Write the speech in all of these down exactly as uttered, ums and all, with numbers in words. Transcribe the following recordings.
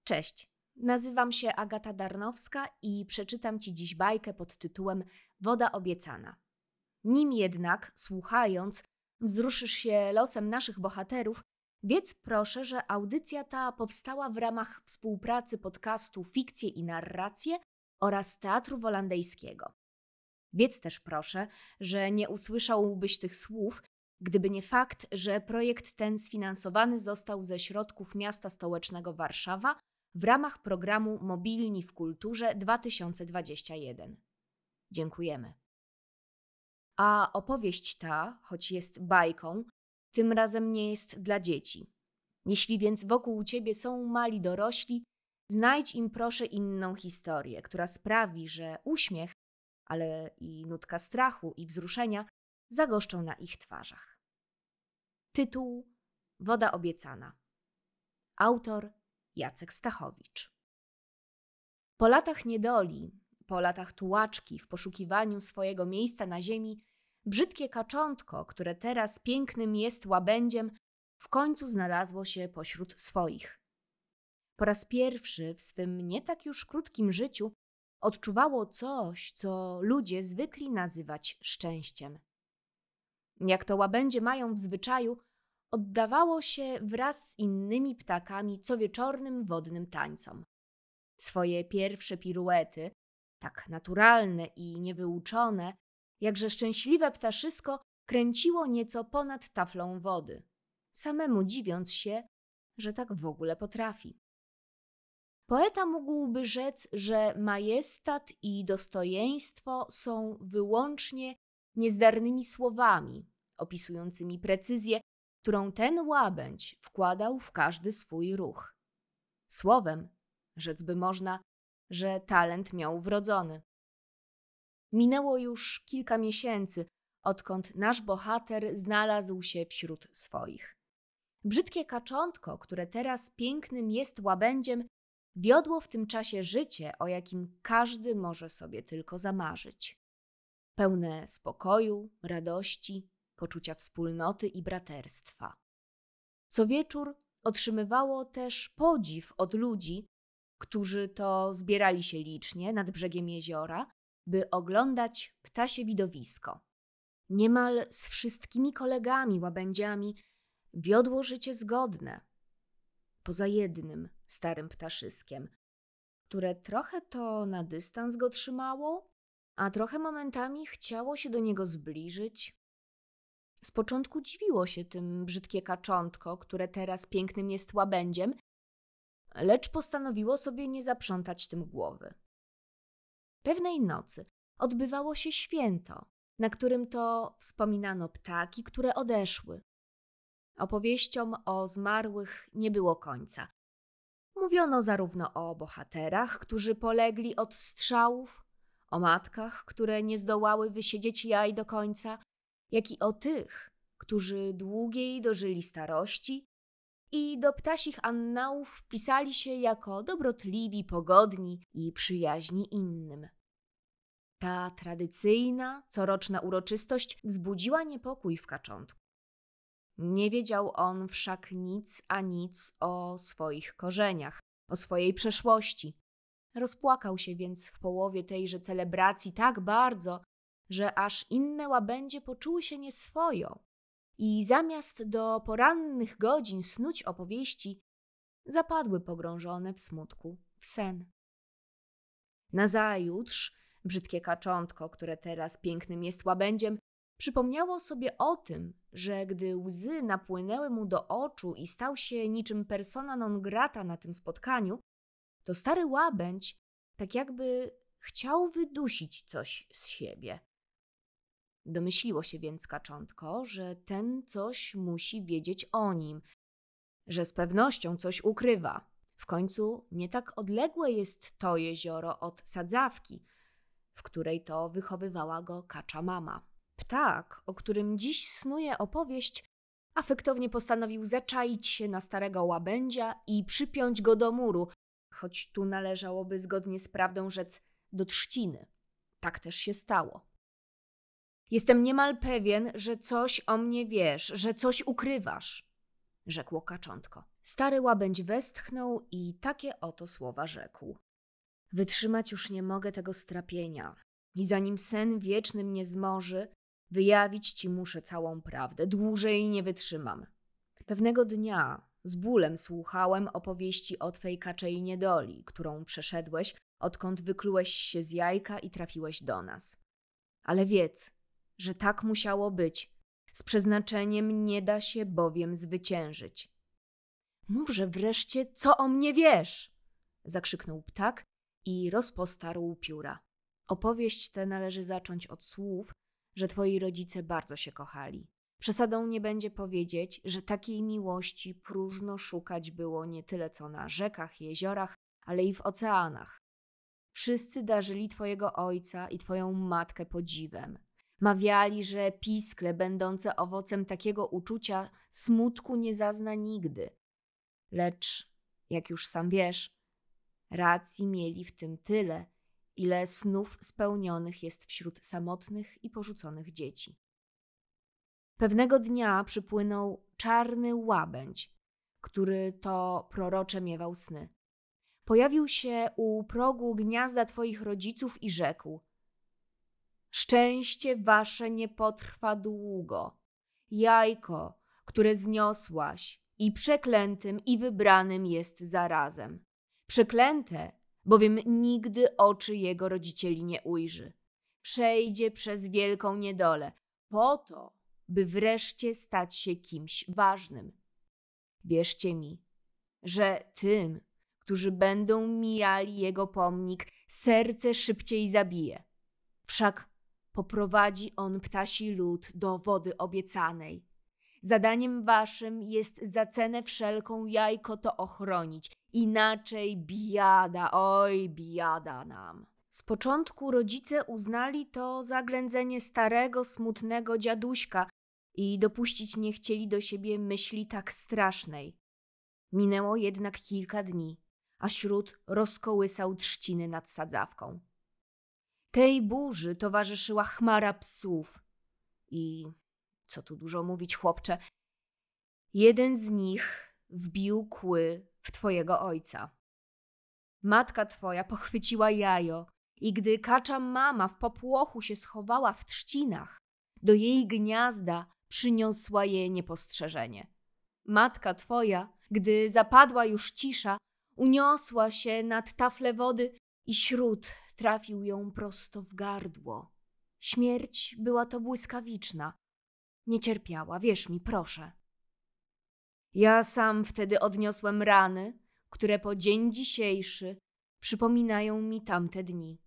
Cześć, nazywam się Agata Darnowska i przeczytam Ci dziś bajkę pod tytułem Woda obiecana. Nim jednak, słuchając, wzruszysz się losem naszych bohaterów, wiedz proszę, że audycja ta powstała w ramach współpracy podcastu Fikcje i Narracje oraz Teatru Wolandyjskiego. Wiedz też proszę, że nie usłyszałbyś tych słów, gdyby nie fakt, że projekt ten sfinansowany został ze środków miasta stołecznego Warszawa w ramach programu Mobilni w Kulturze dwa tysiące dwudziesty pierwszy. Dziękujemy. A opowieść ta, choć jest bajką, tym razem nie jest dla dzieci. Jeśli więc wokół ciebie są mali dorośli, znajdź im proszę inną historię, która sprawi, że uśmiech, ale i nutka strachu i wzruszenia zagoszczą na ich twarzach. Tytuł Woda obiecana. Autor Jacek Stachowicz. Po latach niedoli, po latach tułaczki w poszukiwaniu swojego miejsca na ziemi, brzydkie kaczątko, które teraz pięknym jest łabędziem, w końcu znalazło się pośród swoich. Po raz pierwszy w swym nie tak już krótkim życiu odczuwało coś, co ludzie zwykli nazywać szczęściem. Jak to łabędzie mają w zwyczaju, oddawało się wraz z innymi ptakami cowieczornym wodnym tańcom. Swoje pierwsze piruety, tak naturalne i niewyuczone, jakże szczęśliwe ptaszysko kręciło nieco ponad taflą wody, samemu dziwiąc się, że tak w ogóle potrafi. Poeta mógłby rzec, że majestat i dostojeństwo są wyłącznie niezdarnymi słowami, opisującymi precyzję, którą ten łabędź wkładał w każdy swój ruch. Słowem, rzec by można, że talent miał wrodzony. Minęło już kilka miesięcy, odkąd nasz bohater znalazł się wśród swoich. Brzydkie kaczątko, które teraz pięknym jest łabędziem, wiodło w tym czasie życie, o jakim każdy może sobie tylko zamarzyć. Pełne spokoju, radości, poczucia wspólnoty i braterstwa. Co wieczór otrzymywało też podziw od ludzi, którzy to zbierali się licznie nad brzegiem jeziora, by oglądać ptasie widowisko. Niemal z wszystkimi kolegami łabędziami wiodło życie zgodne, poza jednym starym ptaszyskiem, które trochę to na dystans go trzymało, a trochę momentami chciało się do niego zbliżyć. Z początku dziwiło się tym brzydkie kaczątko, które teraz pięknym jest łabędziem, lecz postanowiło sobie nie zaprzątać tym głowy. Pewnej nocy odbywało się święto, na którym to wspominano ptaki, które odeszły. Opowieściom o zmarłych nie było końca. Mówiono zarówno o bohaterach, którzy polegli od strzałów, o matkach, które nie zdołały wysiedzieć jaj do końca, jak i o tych, którzy długiej dożyli starości i do ptasich annałów wpisali się jako dobrotliwi, pogodni i przyjaźni innym. Ta tradycyjna, coroczna uroczystość wzbudziła niepokój w kaczątku. Nie wiedział on wszak nic a nic o swoich korzeniach, o swojej przeszłości. Rozpłakał się więc w połowie tejże celebracji tak bardzo, że aż inne łabędzie poczuły się nieswojo i zamiast do porannych godzin snuć opowieści, zapadły pogrążone w smutku w sen. Nazajutrz brzydkie kaczątko, które teraz pięknym jest łabędziem, przypomniało sobie o tym, że gdy łzy napłynęły mu do oczu i stał się niczym persona non grata na tym spotkaniu, to stary łabędź tak jakby chciał wydusić coś z siebie. Domyśliło się więc kaczątko, że ten coś musi wiedzieć o nim, że z pewnością coś ukrywa. W końcu nie tak odległe jest to jezioro od sadzawki, w której to wychowywała go kacza mama. Ptak, o którym dziś snuje opowieść, afektownie postanowił zaczaić się na starego łabędzia i przypiąć go do muru, choć tu należałoby zgodnie z prawdą rzec do trzciny. Tak też się stało. Jestem niemal pewien, że coś o mnie wiesz, że coś ukrywasz. rzekło kaczątko. Stary łabędź westchnął i takie oto słowa rzekł. Wytrzymać już nie mogę tego strapienia i zanim sen wieczny mnie zmoży, wyjawić ci muszę całą prawdę. Dłużej nie wytrzymam. Pewnego dnia z bólem słuchałem opowieści o twej kaczej niedoli, którą przeszedłeś, odkąd wyklułeś się z jajka i trafiłeś do nas. Ale wiedz, że tak musiało być. Z przeznaczeniem nie da się bowiem zwyciężyć. Mówże wreszcie, co o mnie wiesz? Zakrzyknął ptak i rozpostarł pióra. Opowieść tę należy zacząć od słów, że twoi rodzice bardzo się kochali. Przesadą nie będzie powiedzieć, że takiej miłości próżno szukać było nie tyle co na rzekach, jeziorach, ale i w oceanach. Wszyscy darzyli twojego ojca i twoją matkę podziwem. Mawiali, że piskle będące owocem takiego uczucia smutku nie zazna nigdy. Lecz, jak już sam wiesz, racji mieli w tym tyle, ile snów spełnionych jest wśród samotnych i porzuconych dzieci. Pewnego dnia przypłynął czarny łabędź, który to prorocze miewał sny. Pojawił się u progu gniazda twoich rodziców i rzekł: szczęście wasze nie potrwa długo. Jajko, które zniosłaś, i przeklętym, i wybranym jest zarazem. Przeklęte, bowiem nigdy oczy jego rodzicieli nie ujrzy. Przejdzie przez wielką niedolę, po to, by wreszcie stać się kimś ważnym. Wierzcie mi, że tym, którzy będą mijali jego pomnik, serce szybciej zabije. Wszak poprowadzi on ptasi lud do wody obiecanej. Zadaniem waszym jest za cenę wszelką jajko to ochronić. Inaczej biada, oj biada nam. Z początku rodzice uznali to za ględzenie starego, smutnego dziaduśka i dopuścić nie chcieli do siebie myśli tak strasznej. Minęło jednak kilka dni, a śród rozkołysał trzciny nad sadzawką. Tej burzy towarzyszyła chmara psów i, co tu dużo mówić, chłopcze, jeden z nich wbił kły w twojego ojca. Matka twoja pochwyciła jajo i gdy kacza mama w popłochu się schowała w trzcinach, do jej gniazda przyniosła je niepostrzeżenie. Matka twoja, gdy zapadła już cisza, uniosła się nad taflę wody i śród trafił ją prosto w gardło. Śmierć była to błyskawiczna. Nie cierpiała, wierz mi, proszę. Ja sam wtedy odniosłem rany, które po dzień dzisiejszy przypominają mi tamte dni.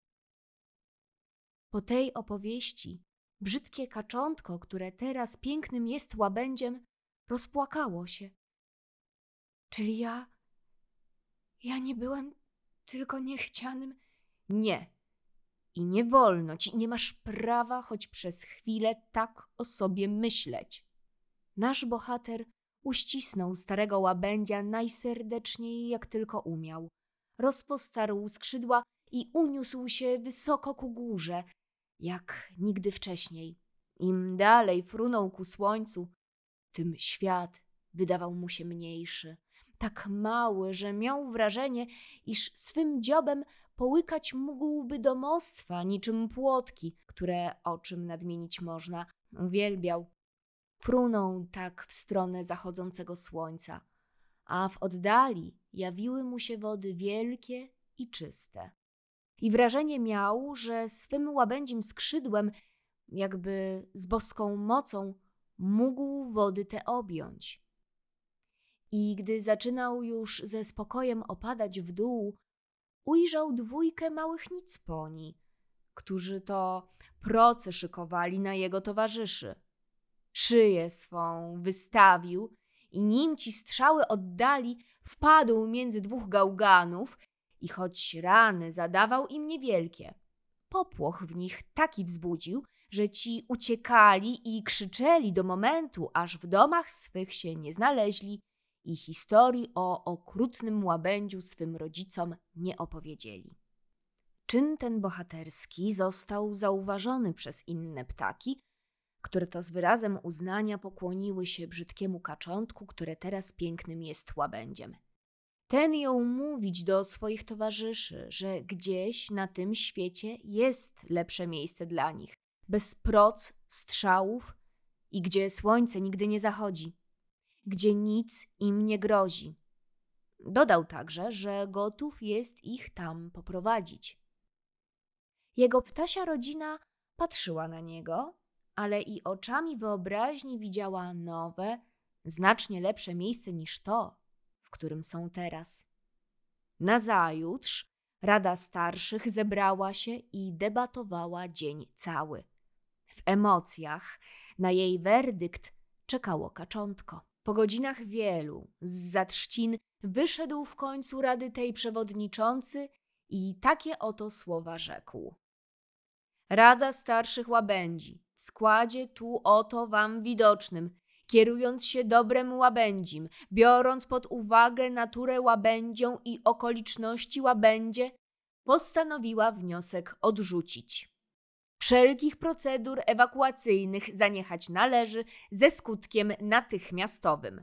Po tej opowieści brzydkie kaczątko, które teraz pięknym jest łabędziem, rozpłakało się. Czyli ja... ja nie byłem tylko niechcianym? Nie. I nie wolno ci, nie masz prawa choć przez chwilę tak o sobie myśleć. Nasz bohater uścisnął starego łabędzia najserdeczniej jak tylko umiał. Rozpostarł skrzydła i uniósł się wysoko ku górze, jak nigdy wcześniej. Im dalej frunął ku słońcu, tym świat wydawał mu się mniejszy. Tak mały, że miał wrażenie, iż swym dziobem połykać mógłby domostwa niczym płotki, które, o czym nadmienić można, uwielbiał. Frunął tak w stronę zachodzącego słońca, a w oddali jawiły mu się wody wielkie i czyste. I wrażenie miał, że swym łabędzim skrzydłem, jakby z boską mocą, mógł wody te objąć. I gdy zaczynał już ze spokojem opadać w dół, ujrzał dwójkę małych nicponi, którzy to proce szykowali na jego towarzyszy. Szyję swą wystawił i nim ci strzały oddali, wpadł między dwóch gałganów i choć rany zadawał im niewielkie, popłoch w nich taki wzbudził, że ci uciekali i krzyczeli do momentu, aż w domach swych się nie znaleźli i historii o okrutnym łabędziu swym rodzicom nie opowiedzieli. Czyn ten bohaterski został zauważony przez inne ptaki, które to z wyrazem uznania pokłoniły się brzydkiemu kaczątku, które teraz pięknym jest łabędziem. Ten jął mówić do swoich towarzyszy, że gdzieś na tym świecie jest lepsze miejsce dla nich, bez proc, strzałów i gdzie słońce nigdy nie zachodzi, gdzie nic im nie grozi. Dodał także, że gotów jest ich tam poprowadzić. Jego ptasia rodzina patrzyła na niego, ale i oczami wyobraźni widziała nowe, znacznie lepsze miejsce niż to, w którym są teraz. Nazajutrz Rada Starszych zebrała się i debatowała dzień cały. W emocjach na jej werdykt czekało kaczątko. Po godzinach wielu zza trzcin wyszedł w końcu rady tej przewodniczący i takie oto słowa rzekł. Rada Starszych Łabędzi, w składzie tu oto wam widocznym, kierując się dobrem łabędzim, biorąc pod uwagę naturę łabędzią i okoliczności łabędzie, postanowiła wniosek odrzucić. Wszelkich procedur ewakuacyjnych zaniechać należy ze skutkiem natychmiastowym.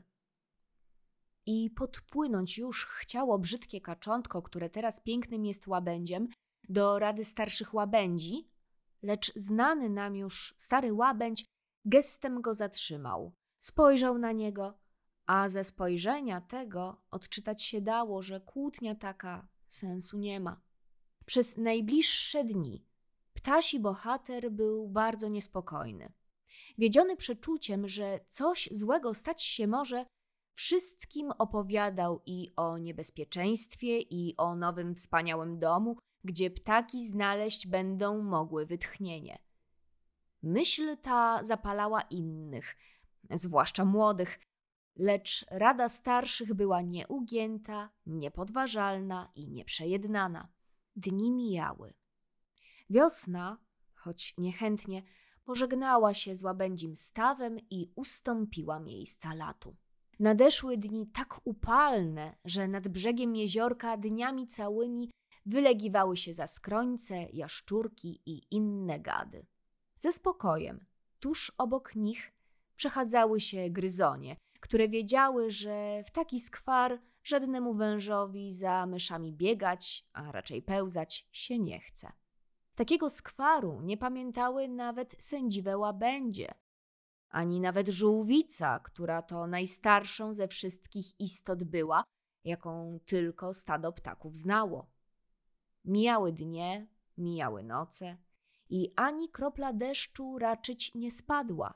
I podpłynąć już chciało brzydkie kaczątko, które teraz pięknym jest łabędziem, do Rady Starszych Łabędzi, lecz znany nam już stary łabędź gestem go zatrzymał. Spojrzał na niego, a ze spojrzenia tego odczytać się dało, że kłótnia taka sensu nie ma. Przez najbliższe dni ptasi bohater był bardzo niespokojny. Wiedziony przeczuciem, że coś złego stać się może, wszystkim opowiadał i o niebezpieczeństwie, i o nowym wspaniałym domu, gdzie ptaki znaleźć będą mogły wytchnienie. Myśl ta zapalała innych, zwłaszcza młodych, lecz Rada Starszych była nieugięta, niepodważalna i nieprzejednana. Dni mijały. Wiosna, choć niechętnie, pożegnała się z łabędzim stawem i ustąpiła miejsca latu. Nadeszły dni tak upalne, że nad brzegiem jeziorka dniami całymi wylegiwały się zaskrońce, jaszczurki i inne gady. Ze spokojem, tuż obok nich, przechadzały się gryzonie, które wiedziały, że w taki skwar żadnemu wężowi za myszami biegać, a raczej pełzać się nie chce. Takiego skwaru nie pamiętały nawet sędziwe łabędzie, ani nawet żółwica, która to najstarszą ze wszystkich istot była, jaką tylko stado ptaków znało. Mijały dnie, mijały noce i ani kropla deszczu raczyć nie spadła.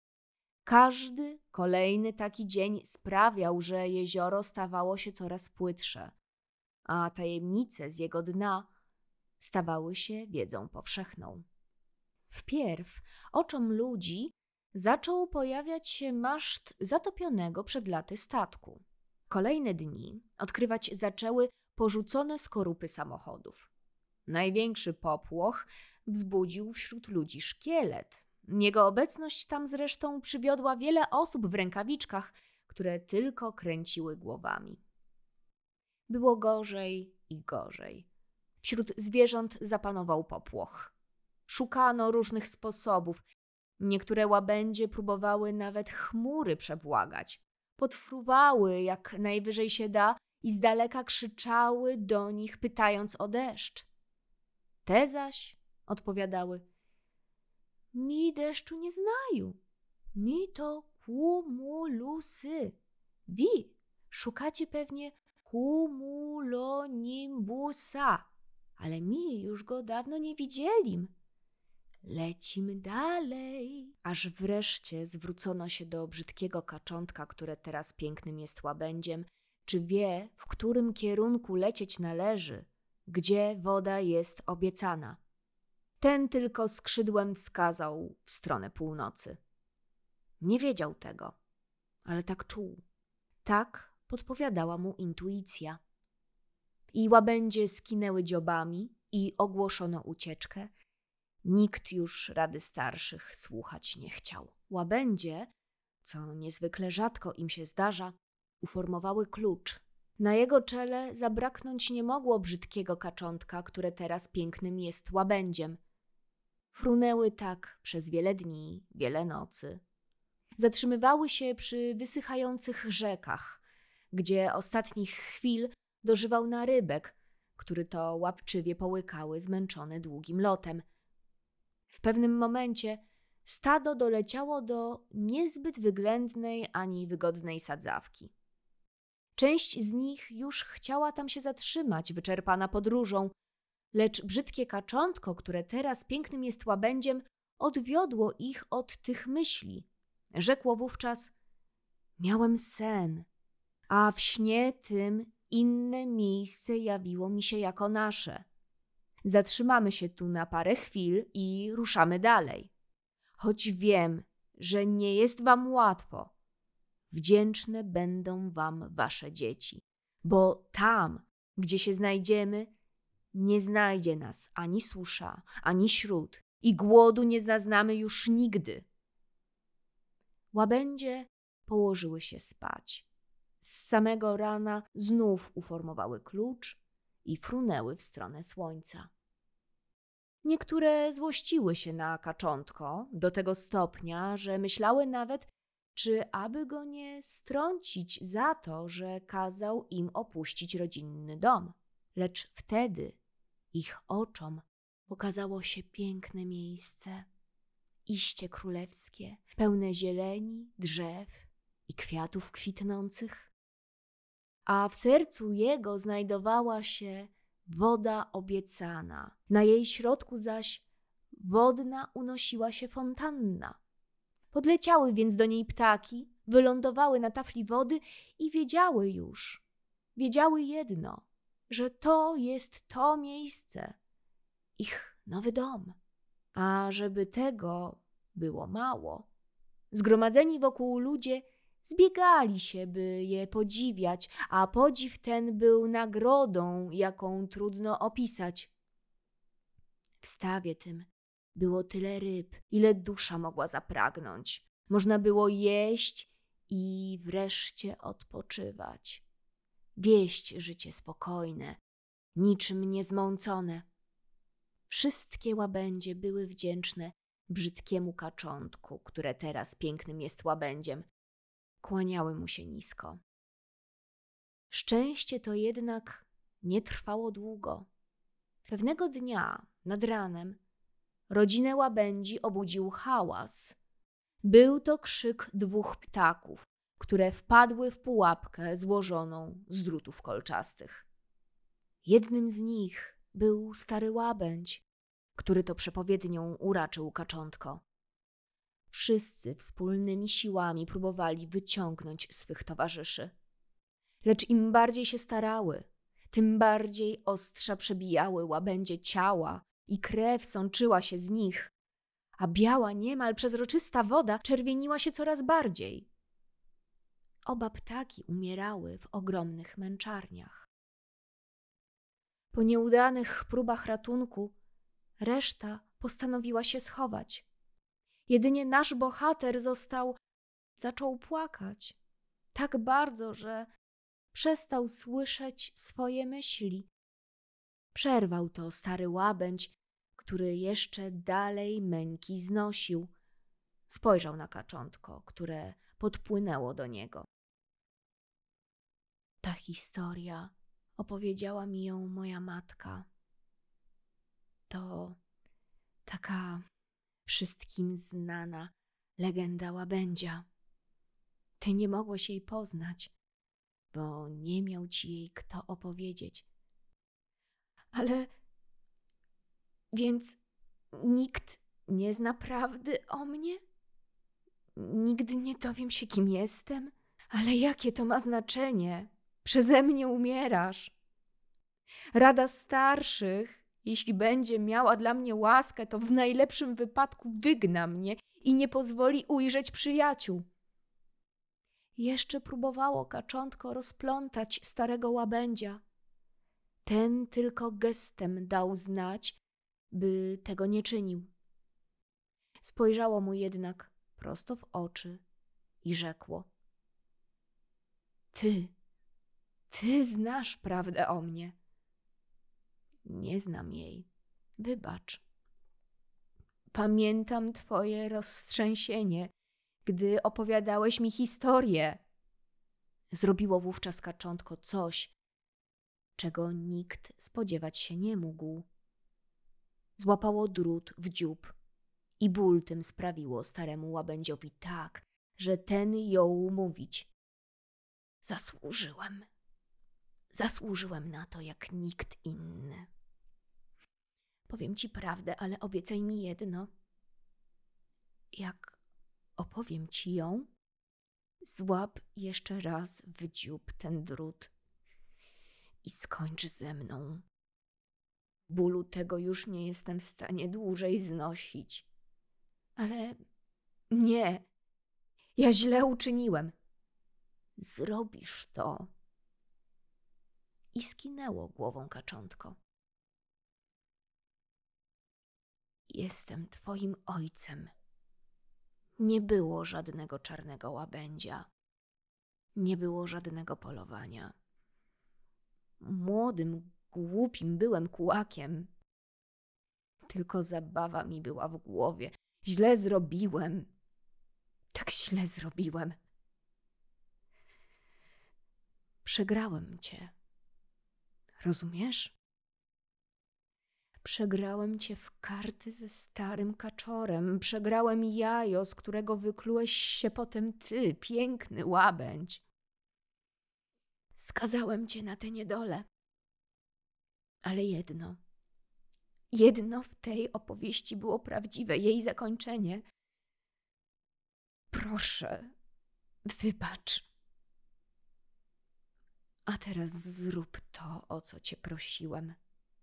Każdy kolejny taki dzień sprawiał, że jezioro stawało się coraz płytsze, a tajemnice z jego dna stawały się wiedzą powszechną. Wpierw oczom ludzi zaczął pojawiać się maszt zatopionego przed laty statku. Kolejne dni odkrywać zaczęły porzucone skorupy samochodów. Największy popłoch wzbudził wśród ludzi szkielet. Jego obecność tam zresztą przywiodła wiele osób w rękawiczkach, które tylko kręciły głowami. Było gorzej i gorzej. Wśród zwierząt zapanował popłoch. Szukano różnych sposobów. Niektóre łabędzie próbowały nawet chmury przebłagać. Podfruwały jak najwyżej się da i z daleka krzyczały do nich, pytając o deszcz. Te zaś odpowiadały: mi deszczu nie znają, mi to kumulusy. Wi szukacie pewnie cumulonimbusa, ale mi już go dawno nie widzielim. Lecimy dalej. Aż wreszcie zwrócono się do brzydkiego kaczątka, które teraz pięknym jest łabędziem, czy wie, w którym kierunku lecieć należy, gdzie woda jest obiecana. Ten tylko skrzydłem wskazał w stronę północy. Nie wiedział tego, ale tak czuł. Tak podpowiadała mu intuicja. I łabędzie skinęły dziobami i ogłoszono ucieczkę. Nikt już Rady Starszych słuchać nie chciał. Łabędzie, co niezwykle rzadko im się zdarza, uformowały klucz. Na jego czele zabraknąć nie mogło brzydkiego kaczątka, które teraz pięknym jest łabędziem. Frunęły tak przez wiele dni, wiele nocy. Zatrzymywały się przy wysychających rzekach, gdzie ostatnich chwil dożywał narybek, który to łapczywie połykały zmęczone długim lotem. W pewnym momencie stado doleciało do niezbyt wyględnej ani wygodnej sadzawki. Część z nich już chciała tam się zatrzymać, wyczerpana podróżą, lecz brzydkie kaczątko, które teraz pięknym jest łabędziem, odwiodło ich od tych myśli. Rzekło wówczas: miałem sen, a w śnie tym inne miejsce jawiło mi się jako nasze. Zatrzymamy się tu na parę chwil i ruszamy dalej. Choć wiem, że nie jest wam łatwo, wdzięczne będą wam wasze dzieci, bo tam, gdzie się znajdziemy, nie znajdzie nas ani susza, ani śród i głodu nie zaznamy już nigdy. Łabędzie położyły się spać. Z samego rana znów uformowały klucz i frunęły w stronę słońca. Niektóre złościły się na kaczątko do tego stopnia, że myślały nawet, czy aby go nie strącić za to, że kazał im opuścić rodzinny dom. Lecz wtedy ich oczom pokazało się piękne miejsce, iście królewskie, pełne zieleni, drzew i kwiatów kwitnących. A w sercu jego znajdowała się woda obiecana, na jej środku zaś wodna unosiła się fontanna. Podleciały więc do niej ptaki, wylądowały na tafli wody i wiedziały już, wiedziały jedno, że to jest to miejsce, ich nowy dom. A żeby tego było mało, zgromadzeni wokół ludzie zbiegali się, by je podziwiać, a podziw ten był nagrodą, jaką trudno opisać. W stawie tym było tyle ryb, ile dusza mogła zapragnąć. Można było jeść i wreszcie odpoczywać. Wieść życie spokojne, niczym niezmącone. Wszystkie łabędzie były wdzięczne brzydkiemu kaczątku, które teraz pięknym jest łabędziem. Kłaniały mu się nisko. Szczęście to jednak nie trwało długo. Pewnego dnia, nad ranem, rodzinę łabędzi obudził hałas. Był to krzyk dwóch ptaków, które wpadły w pułapkę złożoną z drutów kolczastych. Jednym z nich był stary łabędź, który to przepowiednią uraczył kaczątko. Wszyscy wspólnymi siłami próbowali wyciągnąć swych towarzyszy. Lecz im bardziej się starały, tym bardziej ostrza przebijały łabędzie ciała i krew sączyła się z nich, a biała, niemal przezroczysta woda czerwieniła się coraz bardziej. Oba ptaki umierały w ogromnych męczarniach. Po nieudanych próbach ratunku reszta postanowiła się schować. Jedynie nasz bohater został, zaczął płakać tak bardzo, że przestał słyszeć swoje myśli. Przerwał to stary łabędź, który jeszcze dalej męki znosił. Spojrzał na kaczątko, które podpłynęło do niego. Ta historia opowiedziała mi ją moja matka. To taka wszystkim znana legenda łabędzia. Ty nie mogłeś jej poznać, bo nie miał ci jej kto opowiedzieć. Ale więc nikt nie zna prawdy o mnie? Nigdy nie dowiem się, kim jestem? Ale jakie to ma znaczenie? Przeze mnie umierasz. Rada starszych, jeśli będzie miała dla mnie łaskę, to w najlepszym wypadku wygna mnie i nie pozwoli ujrzeć przyjaciół. Jeszcze próbowało kaczątko rozplątać starego łabędzia. Ten tylko gestem dał znać, by tego nie czynił. Spojrzało mu jednak prosto w oczy i rzekło: Ty, ty znasz prawdę o mnie. Nie znam jej, wybacz. Pamiętam twoje roztrzęsienie, gdy opowiadałeś mi historię. Zrobiło wówczas kaczątko coś, czego nikt spodziewać się nie mógł. Złapało drut w dziób i ból tym sprawiło staremu łabędziowi tak, że ten jął mówić. Zasłużyłem. Zasłużyłem na to jak nikt inny. Powiem ci prawdę, ale obiecaj mi jedno. Jak opowiem ci ją, złap jeszcze raz w dziób ten drut i skończ ze mną. Bólu tego już nie jestem w stanie dłużej znosić. Ale nie, ja źle uczyniłem. Zrobisz to. I skinęło głową kaczątko. Jestem twoim ojcem. Nie było żadnego czarnego łabędzia. Nie było żadnego polowania. Młodym, głupim byłem kułakiem. Tylko zabawa mi była w głowie. Źle zrobiłem. Tak źle zrobiłem. Przegrałem cię. Rozumiesz? Przegrałem cię w karty ze starym kaczorem. Przegrałem jajo, z którego wyklułeś się potem ty, piękny łabędź. Skazałem cię na tę niedolę. Ale jedno, jedno w tej opowieści było prawdziwe, jej zakończenie. Proszę, wybacz. A teraz zrób to, o co cię prosiłem.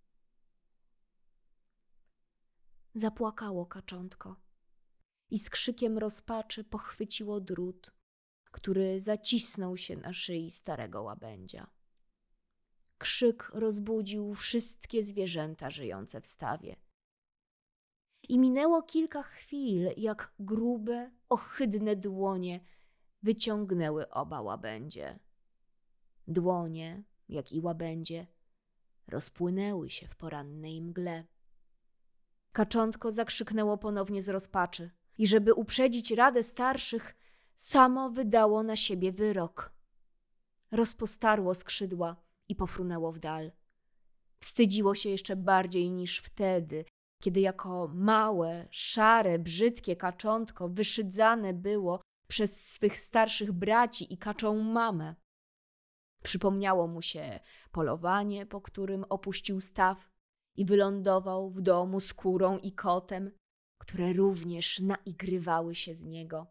Zapłakało kaczątko i z krzykiem rozpaczy pochwyciło drut, który zacisnął się na szyi starego łabędzia. Krzyk rozbudził wszystkie zwierzęta żyjące w stawie. I minęło kilka chwil, jak grube, ohydne dłonie wyciągnęły oba łabędzie. Dłonie, jak i łabędzie, rozpłynęły się w porannej mgle. Kaczątko zakrzyknęło ponownie z rozpaczy i żeby uprzedzić radę starszych, samo wydało na siebie wyrok. Rozpostarło skrzydła i pofrunęło w dal. Wstydziło się jeszcze bardziej niż wtedy, kiedy jako małe, szare, brzydkie kaczątko wyszydzane było przez swych starszych braci i kaczą mamę. Przypomniało mu się polowanie, po którym opuścił staw i wylądował w domu z kurą i kotem, które również naigrywały się z niego.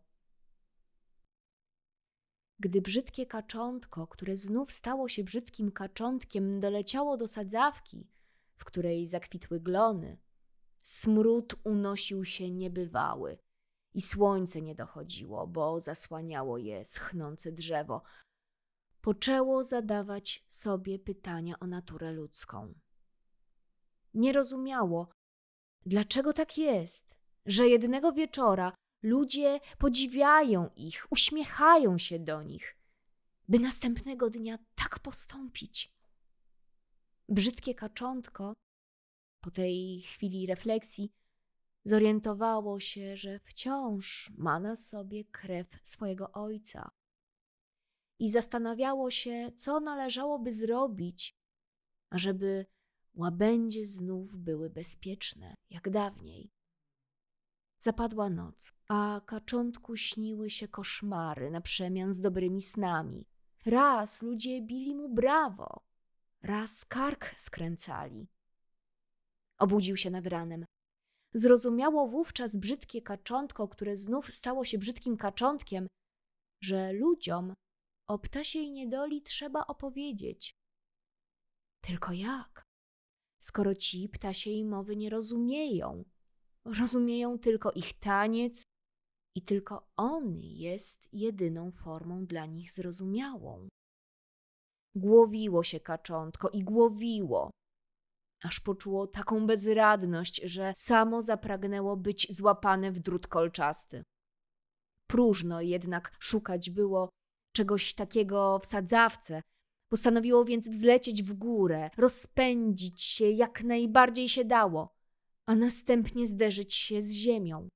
Gdy brzydkie kaczątko, które znów stało się brzydkim kaczątkiem, doleciało do sadzawki, w której zakwitły glony, smród unosił się niebywały i słońce nie dochodziło, bo zasłaniało je schnące drzewo. Poczęło zadawać sobie pytania o naturę ludzką. Nie rozumiało, dlaczego tak jest, że jednego wieczora ludzie podziwiają ich, uśmiechają się do nich, by następnego dnia tak postąpić. Brzydkie kaczątko po tej chwili refleksji zorientowało się, że wciąż ma na sobie krew swojego ojca i zastanawiało się, co należałoby zrobić, ażeby łabędzie znów były bezpieczne, jak dawniej. Zapadła noc, a kaczątku śniły się koszmary na przemian z dobrymi snami. Raz ludzie bili mu brawo, raz kark skręcali. Obudził się nad ranem. Zrozumiało wówczas brzydkie kaczątko, które znów stało się brzydkim kaczątkiem, że ludziom o ptasiej niedoli trzeba opowiedzieć. Tylko jak? Skoro ci ptasiej mowy nie rozumieją. Rozumieją tylko ich taniec i tylko on jest jedyną formą dla nich zrozumiałą. Głowiło się kaczątko i głowiło, aż poczuło taką bezradność, że samo zapragnęło być złapane w drut kolczasty. Próżno jednak szukać było czegoś takiego w sadzawce. Postanowiło więc wzlecieć w górę, rozpędzić się jak najbardziej się dało, a następnie zderzyć się z ziemią.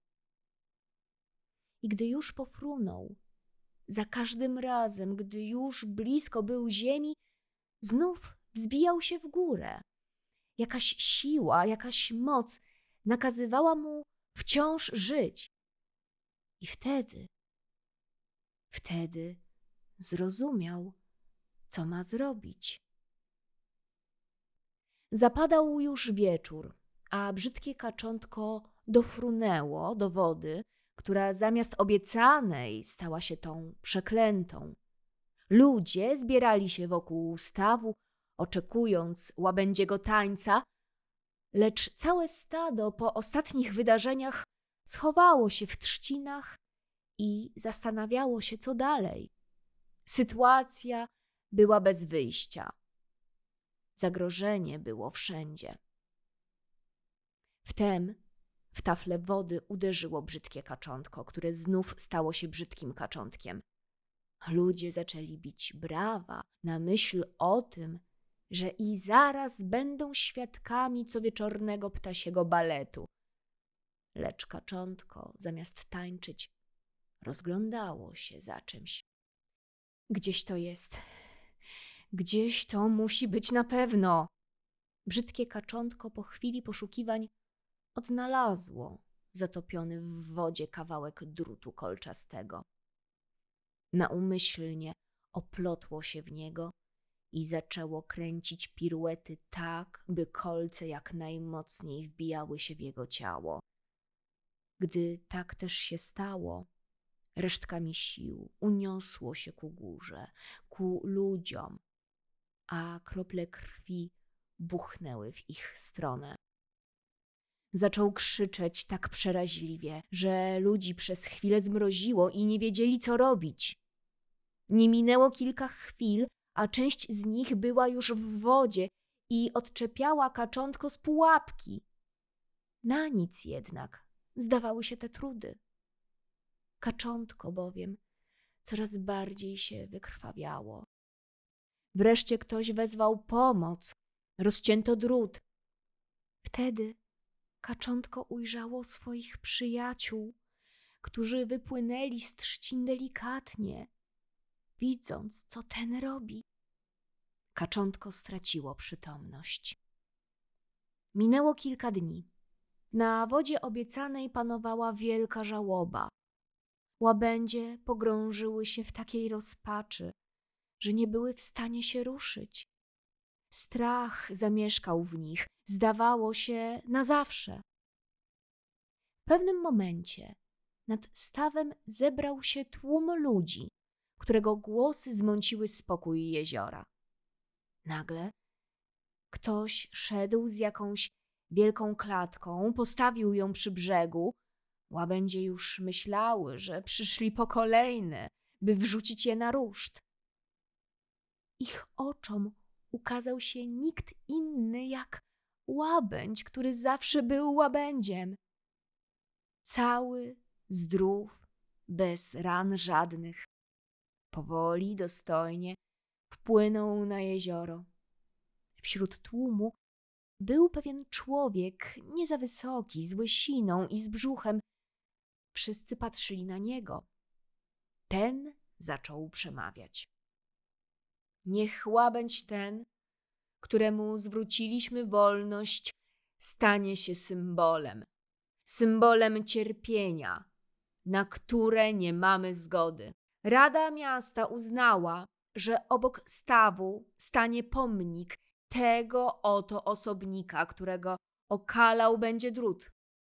I gdy już pofrunął, za każdym razem, gdy już blisko był ziemi, znów wzbijał się w górę. Jakaś siła, jakaś moc nakazywała mu wciąż żyć. I wtedy, wtedy zrozumiał, co ma zrobić. Zapadał już wieczór, a brzydkie kaczątko dofrunęło do wody, która zamiast obiecanej stała się tą przeklętą. Ludzie zbierali się wokół stawu, oczekując łabędziego tańca, lecz całe stado po ostatnich wydarzeniach schowało się w trzcinach i zastanawiało się, co dalej. Sytuacja była bez wyjścia. Zagrożenie było wszędzie. Wtem w taflę wody uderzyło brzydkie kaczątko, które znów stało się brzydkim kaczątkiem. Ludzie zaczęli bić brawa na myśl o tym, że i zaraz będą świadkami cowieczornego ptasiego baletu. Lecz kaczątko, zamiast tańczyć, rozglądało się za czymś. Gdzieś to jest. Gdzieś to musi być na pewno. Brzydkie kaczątko po chwili poszukiwań odnalazło zatopiony w wodzie kawałek drutu kolczastego. Naumyślnie oplotło się w niego i zaczęło kręcić piruety tak, by kolce jak najmocniej wbijały się w jego ciało. Gdy tak też się stało, resztkami sił uniosło się ku górze, ku ludziom, a krople krwi buchnęły w ich stronę. Zaczął krzyczeć tak przeraźliwie, że ludzi przez chwilę zmroziło i nie wiedzieli, co robić. Nie minęło kilka chwil, a część z nich była już w wodzie i odczepiała kaczątko z pułapki. Na nic jednak zdawały się te trudy. Kaczątko bowiem coraz bardziej się wykrwawiało. Wreszcie ktoś wezwał pomoc, rozcięto drut. Wtedy kaczątko ujrzało swoich przyjaciół, którzy wypłynęli z trzcin delikatnie, widząc, co ten robi. Kaczątko straciło przytomność. Minęło kilka dni. Na wodzie obiecanej panowała wielka żałoba. Łabędzie pogrążyły się w takiej rozpaczy, że nie były w stanie się ruszyć. Strach zamieszkał w nich, zdawało się, na zawsze. W pewnym momencie nad stawem zebrał się tłum ludzi, którego głosy zmąciły spokój jeziora. Nagle ktoś szedł z jakąś wielką klatką, postawił ją przy brzegu. Łabędzie już myślały, że przyszli po kolejne, by wrzucić je na ruszt. Ich oczom ukazał się nikt inny jak łabędź, który zawsze był łabędziem. Cały, zdrów, bez ran żadnych. Powoli, dostojnie wpłynął na jezioro. Wśród tłumu był pewien człowiek, nie za wysoki, z łysiną i z brzuchem. Wszyscy patrzyli na niego. Ten zaczął przemawiać. Niech łabędź ten, któremu zwróciliśmy wolność, stanie się symbolem. Symbolem cierpienia, na które nie mamy zgody. Rada miasta uznała, że obok stawu stanie pomnik tego oto osobnika, którego okalał będzie drut.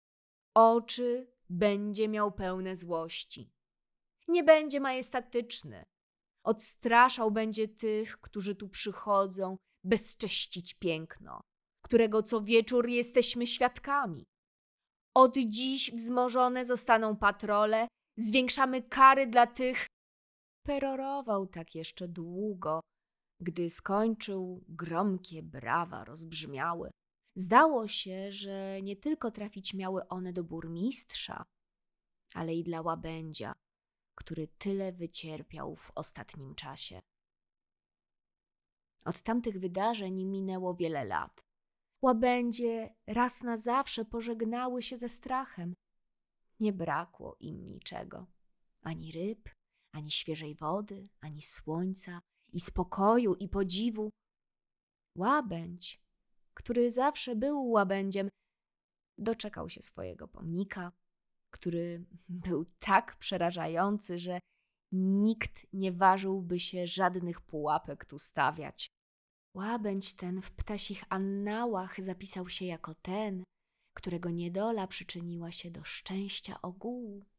Oczy będzie miał pełne złości. Nie będzie majestatyczny. Odstraszał będzie tych, którzy tu przychodzą bezcześcić piękno, którego co wieczór jesteśmy świadkami. Od dziś wzmożone zostaną patrole, zwiększamy kary dla tych. Perorował tak jeszcze długo, gdy skończył, gromkie brawa rozbrzmiały. Zdało się, że nie tylko trafić miały one do burmistrza, ale i dla łabędzia, który tyle wycierpiał w ostatnim czasie. Od tamtych wydarzeń minęło wiele lat. Łabędzie raz na zawsze pożegnały się ze strachem. Nie brakło im niczego, ani ryb, ani świeżej wody, ani słońca, i spokoju, i podziwu. Łabędź, który zawsze był łabędziem, doczekał się swojego pomnika, który był tak przerażający, że nikt nie ważyłby się żadnych pułapek tu stawiać. Łabędź ten w ptasich annałach zapisał się jako ten, którego niedola przyczyniła się do szczęścia ogółu.